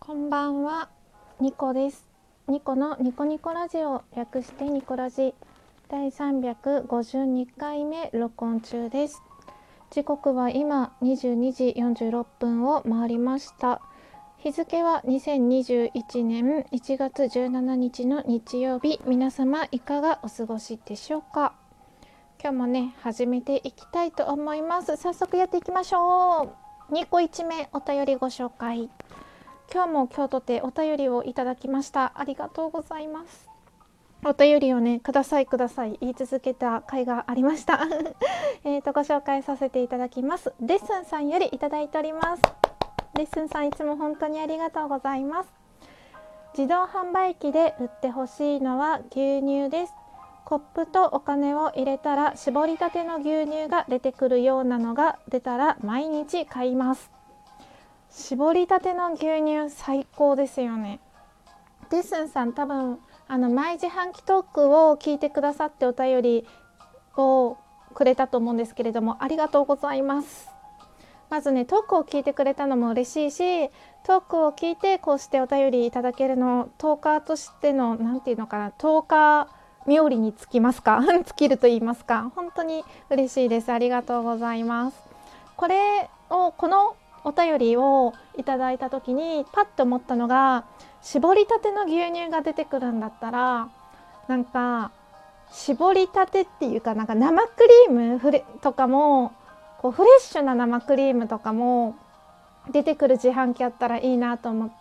こんばんは、ニコです。ニコのニコニコラジオ、略してニコラジ第352回目録音中です。時刻は今22時46分を回りました。日付は2021年1月17日の日曜日。皆様いかがお過ごしでしょうか。今日もね、始めていきたいと思います。早速やっていきましょう。ニコ1名お便りご紹介。今日とてお便りをいただきました。ありがとうございます。お便りをね、ください言い続けた回がありましたご紹介させていただきます。レッスンさんよりいただいております。レッスンさん、いつも本当にありがとうございます。自動販売機で売ってほしいのは牛乳です。コップとお金を入れたら絞りたての牛乳が出てくるようなのが出たら毎日買います。絞りたての牛乳最高ですよね。デッスンさん、多分マイ自販機トークを聞いてくださってお便りをくれたと思うんですけれども、ありがとうございます。まずね、トークを聞いてくれたのも嬉しいし、トークを聞いてこうしてお便りいただけるの、トーカーとしてのなんていうのかな、トーカー冥利につきますか尽きると言いますか、本当に嬉しいです。ありがとうございます。このお便りをいただいた時にパッと思ったのが、絞りたての牛乳が出てくるんだったら、なんか絞りたてっていうか、なんか生クリームとかもこうフレッシュな生クリームとかも出てくる自販機あったらいいなと思って、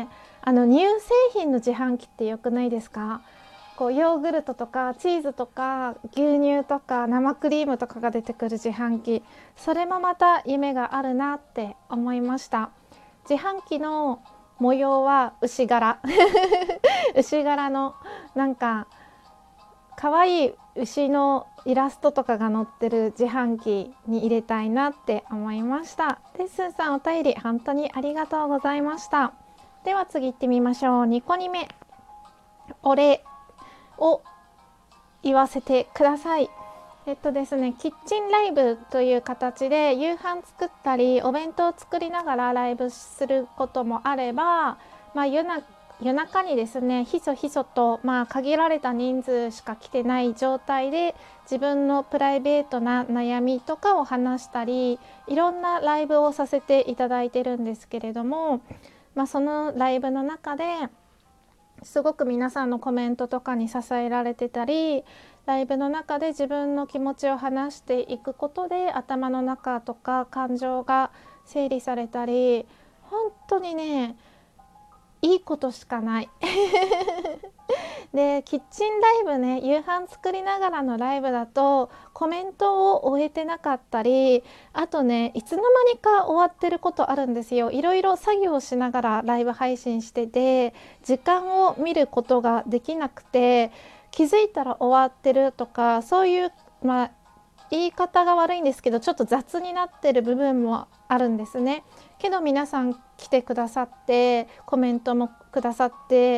乳製品の自販機ってよくないですか。こうヨーグルトとかチーズとか牛乳とか生クリームとかが出てくる自販機、それもまた夢があるなって思いました。自販機の模様は牛柄牛柄のなんか可愛い牛のイラストとかが載ってる自販機に入れたいなって思いました。レッスンさん、お便り本当にありがとうございました。では次行ってみましょう。2個2目、お礼を言わせてください。ですね、キッチンライブという形で夕飯作ったりお弁当を作りながらライブすることもあれば、夜中にですね、ひそひそと、限られた人数しか来てない状態で自分のプライベートな悩みとかを話したり、いろんなライブをさせていただいてるんですけれども、そのライブの中ですごく皆さんのコメントとかに支えられてたり、ライブの中で自分の気持ちを話していくことで頭の中とか感情が整理されたり、本当にね、いいことしかないで、キッチンライブね、夕飯作りながらのライブだとコメントを終えてなかったり、あとね、いつの間にか終わってることあるんですよ。いろいろ作業しながらライブ配信してて、時間を見ることができなくて、気づいたら終わってるとか、そういう、言い方が悪いんですけど、ちょっと雑になってる部分もあるんですね。けど皆さん来てくださってコメントもくださって、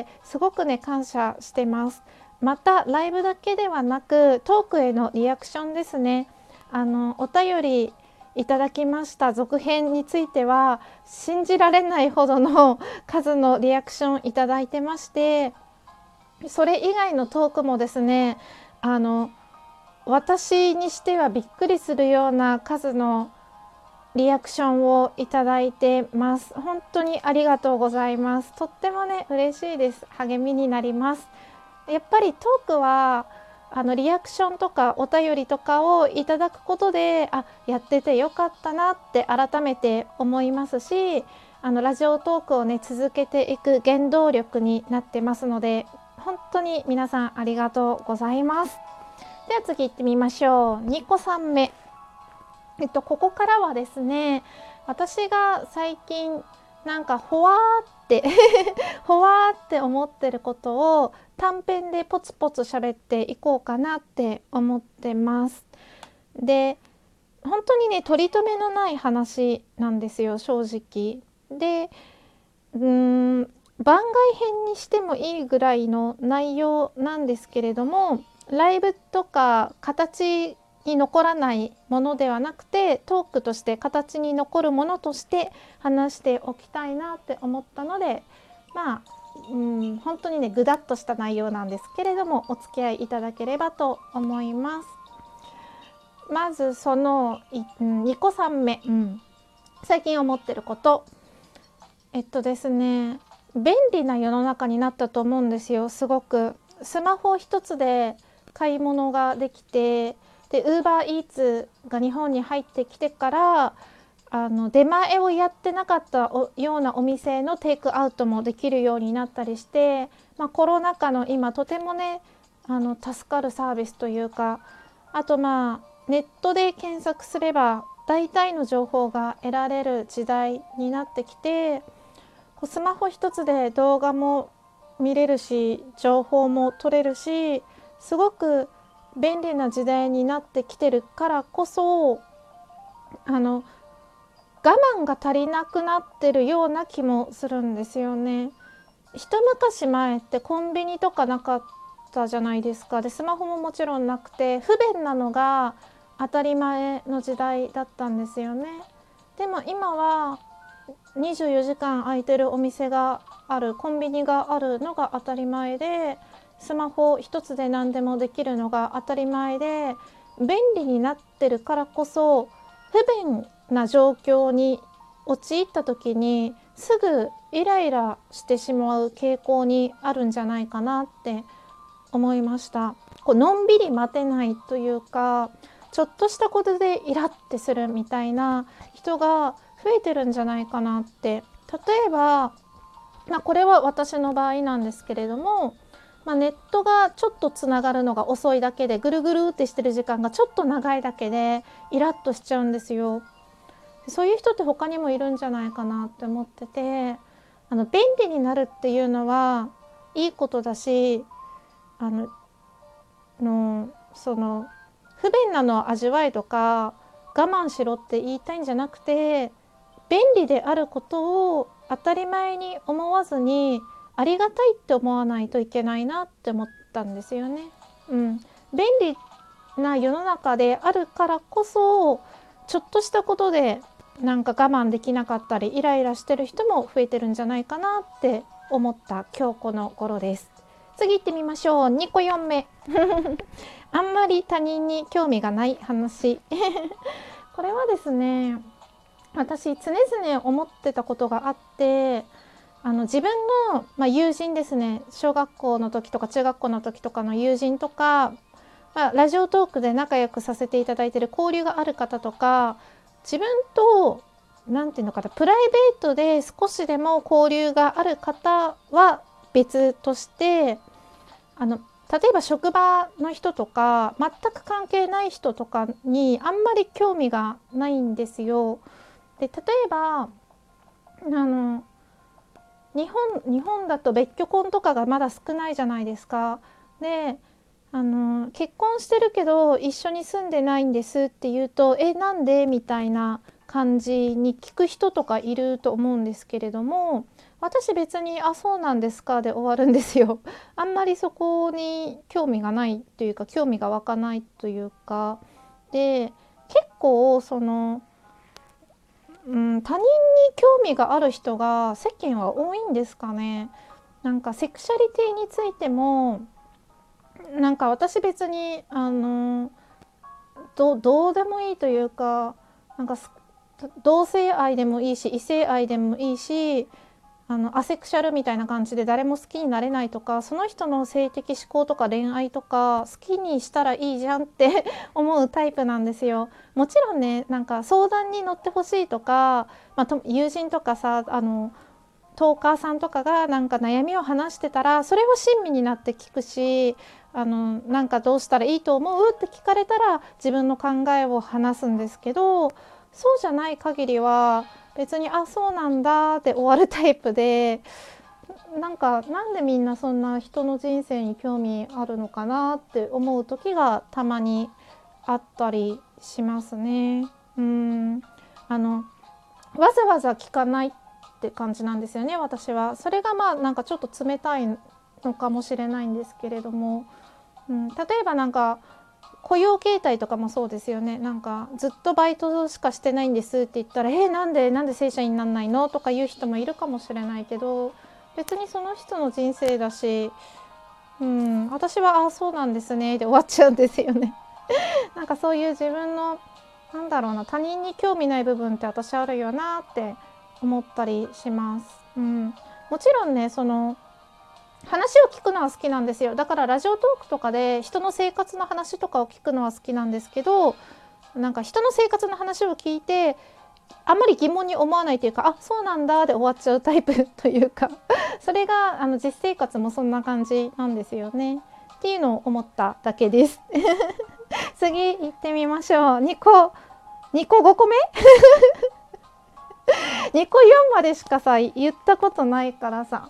すごくね、感謝してます。またライブだけではなくトークへのリアクションですね。お便りいただきました続編については信じられないほどの数のリアクションいただいてまして、それ以外のトークもですね、私にしてはびっくりするような数のリアクションをいただいてます。本当にありがとうございます。とってもね、嬉しいです。励みになります。やっぱりトークはリアクションとかお便りとかをいただくことで、やっててよかったなって改めて思いますし、ラジオトークをね、続けていく原動力になってますので、本当に皆さんありがとうございます。では次行ってみましょう。2個3目。ここからはですね、私が最近なんかほわーってほわーって思ってることを短編でポツポツ喋っていこうかなって思ってます。で、本当にね、取り留めのない話なんですよ、正直。で、番外編にしてもいいぐらいの内容なんですけれども、ライブとか形に残らないものではなくて、トークとして形に残るものとして話しておきたいなって思ったので、まあ本当にねぐだっとした内容なんですけれども、お付き合いいただければと思います。まずその2個3目、最近思ってること、ですね、便利な世の中になったと思うんですよ。すごくスマホ一つで買い物ができて、でウーバーイーツが日本に入ってきてから出前をやってなかったようなお店のテイクアウトもできるようになったりして、コロナ禍の今とてもね助かるサービスというか、あとネットで検索すれば大体の情報が得られる時代になってきて、スマホ一つで動画も見れるし情報も取れるし、すごく便利な時代になってきてるからこそ我慢が足りなくなってるような気もするんですよね。一昔前ってコンビニとかなかったじゃないですか。でスマホももちろんなくて不便なのが当たり前の時代だったんですよね。でも今は24時間空いてるお店がある、コンビニがあるのが当たり前で、スマホ一つで何でもできるのが当たり前で便利になってるからこそ、不便な状況に陥った時にすぐイライラしてしまう傾向にあるんじゃないかなって思いました。のんびり待てないというか、ちょっとしたことでイラってするみたいな人が増えてるんじゃないかなって。例えば、これは私の場合なんですけれども、ネットがちょっとつながるのが遅いだけで、ぐるぐるってしてる時間がちょっと長いだけでイラッとしちゃうんですよ。そういう人って他にもいるんじゃないかなって思ってて、便利になるっていうのはいいことだし、その不便なのを味わいとか我慢しろって言いたいんじゃなくて、便利であることを当たり前に思わずにありがたいって思わないといけないなって思ったんですよね。便利な世の中であるからこそ、ちょっとしたことで我慢できなかったりイライラしてる人も増えてるんじゃないかなって思った今日この頃です。次行ってみましょう。2個4目あんまり他人に興味がない話これはですね、私常々思ってたことがあって、自分の、友人ですね、小学校の時とか中学校の時とかの友人とか、ラジオトークで仲良くさせていただいている交流がある方とか、自分と何て言うのかな、プライベートで少しでも交流がある方は別として、例えば職場の人とか全く関係ない人とかにあんまり興味がないんですよ。で例えば日本だと別居婚とかがまだ少ないじゃないですか。で結婚してるけど一緒に住んでないんですって言うとなんでみたいな感じに聞く人とかいると思うんですけれども、私別にそうなんですかで終わるんですよ。あんまりそこに興味がないというか、興味が湧かないというかで、結構他人に興味がある人が世間は多いんですかね。セクシャリティについても私別にどうでもいいというか、同性愛でもいいし異性愛でもいいし、アセクシャルみたいな感じで誰も好きになれないとか、その人の性的指向とか恋愛とか好きにしたらいいじゃんって思うタイプなんですよ。もちろんね、相談に乗ってほしいとか、友人とかさトーカーさんとかが悩みを話してたら、それは親身になって聞くし、どうしたらいいと思うって聞かれたら自分の考えを話すんですけど、そうじゃない限りは別にそうなんだって終わるタイプで、なんでみんなそんな人の人生に興味あるのかなって思う時がたまにあったりしますね。わざわざ聞かないって感じなんですよね、私は。それがちょっと冷たいのかもしれないんですけれども、例えば雇用形態とかもそうですよね。なんかずっとバイトしかしてないんですって言ったらなんで正社員になんないのとか言う人もいるかもしれないけど、別にその人の人生だし、私はそうなんですねで終わっちゃうんですよね。なんかそういう自分のなんだろうな、他人に興味ない部分って私あるよなって思ったりします。もちろんね、その話を聞くのは好きなんですよ。だからラジオトークとかで人の生活の話とかを聞くのは好きなんですけど、なんか人の生活の話を聞いてあんまり疑問に思わないというか、そうなんだで終わっちゃうタイプというかそれが実生活もそんな感じなんですよねっていうのを思っただけです。次行ってみましょう。2個5個目2個4までしかさ言ったことないからさ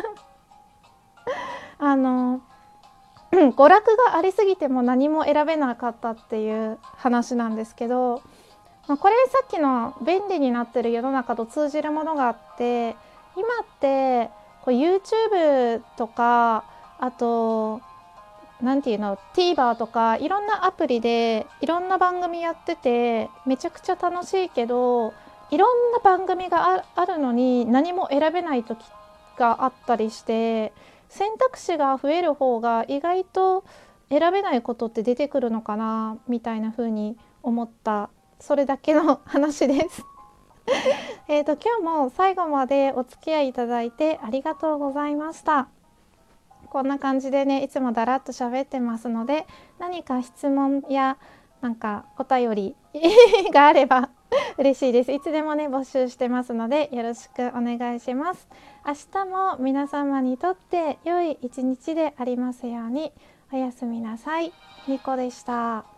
娯楽がありすぎても何も選べなかったっていう話なんですけど、これさっきの便利になってる世の中と通じるものがあって、今ってYouTube とか、あとなんていうの TVer とかいろんなアプリでいろんな番組やっててめちゃくちゃ楽しいけど、いろんな番組があるのに何も選べない時があったりして、選択肢が増える方が意外と選べないことって出てくるのかなみたいな風に思った、それだけの話です。今日も最後までお付き合いいただいてありがとうございました。こんな感じでね、いつもだらっと喋ってますので、何か質問やなんかお便りがあれば嬉しいです。いつでもね募集してますのでよろしくお願いします。明日も皆様にとって良い一日でありますように。おやすみなさい。ニコでした。